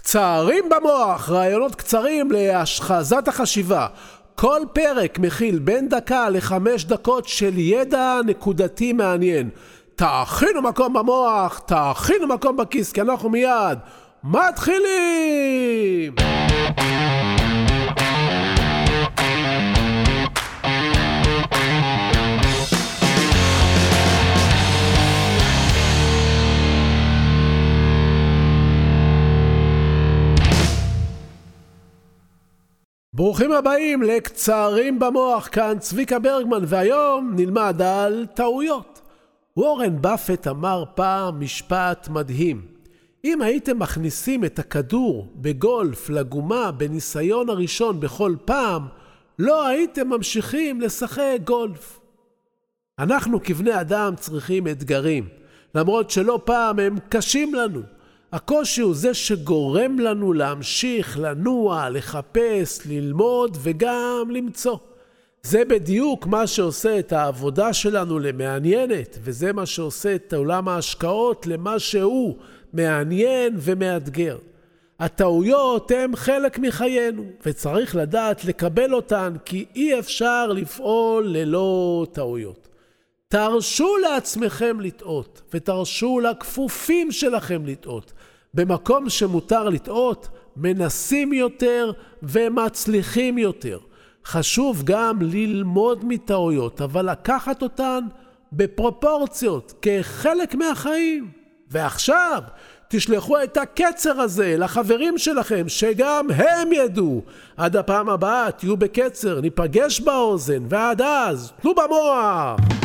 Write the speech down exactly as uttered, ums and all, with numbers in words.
קצרים במוח, רעיונות קצרים להשחזת החשיבה. כל פרק מכיל בין דקה לחמש דקות של ידע נקודתי מעניין. תאכינו מקום במוח, תאכינו מקום בכיס, כי אנחנו מיד מתחילים! ברוכים הבאים לקצרים במוח, כאן צביקה ברגמן, והיום נלמד על טעויות. וורן באפט אמר פעם משפט מדהים: אם הייתם מכניסים את הכדור בגולף לגומה בניסיון הראשון בכל פעם, לא הייתם ממשיכים לשחק גולף. אנחנו כבני אדם צריכים אתגרים, למרות שלא פעם הם קשים לנו. הקושי הוא זה שגורם לנו להמשיך, לנוע, לחפש, ללמוד וגם למצוא. זה בדיוק מה שעושה את העבודה שלנו למעניינת, וזה מה שעושה את עולם ההשקעות למה שהוא מעניין ומאתגר. הטעויות הן חלק מחיינו, וצריך לדעת לקבל אותן, כי אי אפשר לפעול ללא טעויות. תרשו לעצמכם לטעות, ותרשו לכפופים שלכם לטעות. במקום שמותר לטעות, מנסים יותר ומצליחים יותר. חשוב גם ללמוד מטעויות, אבל לקחת אותן בפרופורציות, כחלק מהחיים. ועכשיו, תשלחו את הקצר הזה לחברים שלכם, שגם הם ידעו. עד הפעם הבאה, תהיו בקצר, ניפגש באוזן, ועד אז, תנו במוח!